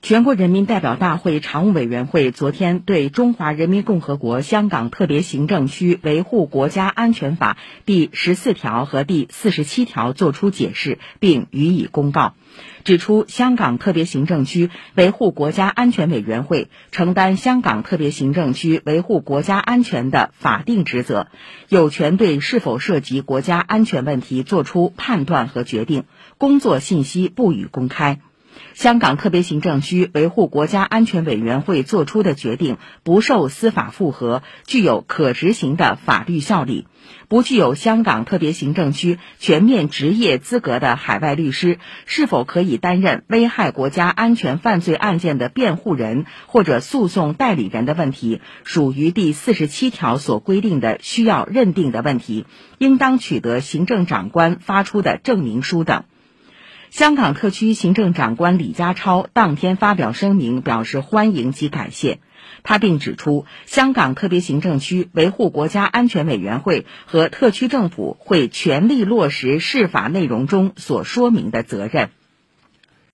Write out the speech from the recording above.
全国人民代表大会常务委员会昨天对《中华人民共和国香港特别行政区维护国家安全法》第14条和第47条作出解释，并予以公告，指出香港特别行政区维护国家安全委员会承担香港特别行政区维护国家安全的法定职责，有权对是否涉及国家安全问题作出判断和决定，工作信息不予公开。香港特别行政区维护国家安全委员会作出的决定不受司法复核，具有可执行的法律效力。不具有香港特别行政区全面执业资格的海外律师是否可以担任危害国家安全犯罪案件的辩护人或者诉讼代理人的问题，属于第47条所规定的需要认定的问题，应当取得行政长官发出的证明书等。香港特区行政长官李家超当天发表声明，表示欢迎及感谢。他并指出，香港特别行政区维护国家安全委员会和特区政府会全力落实释法内容中所说明的责任。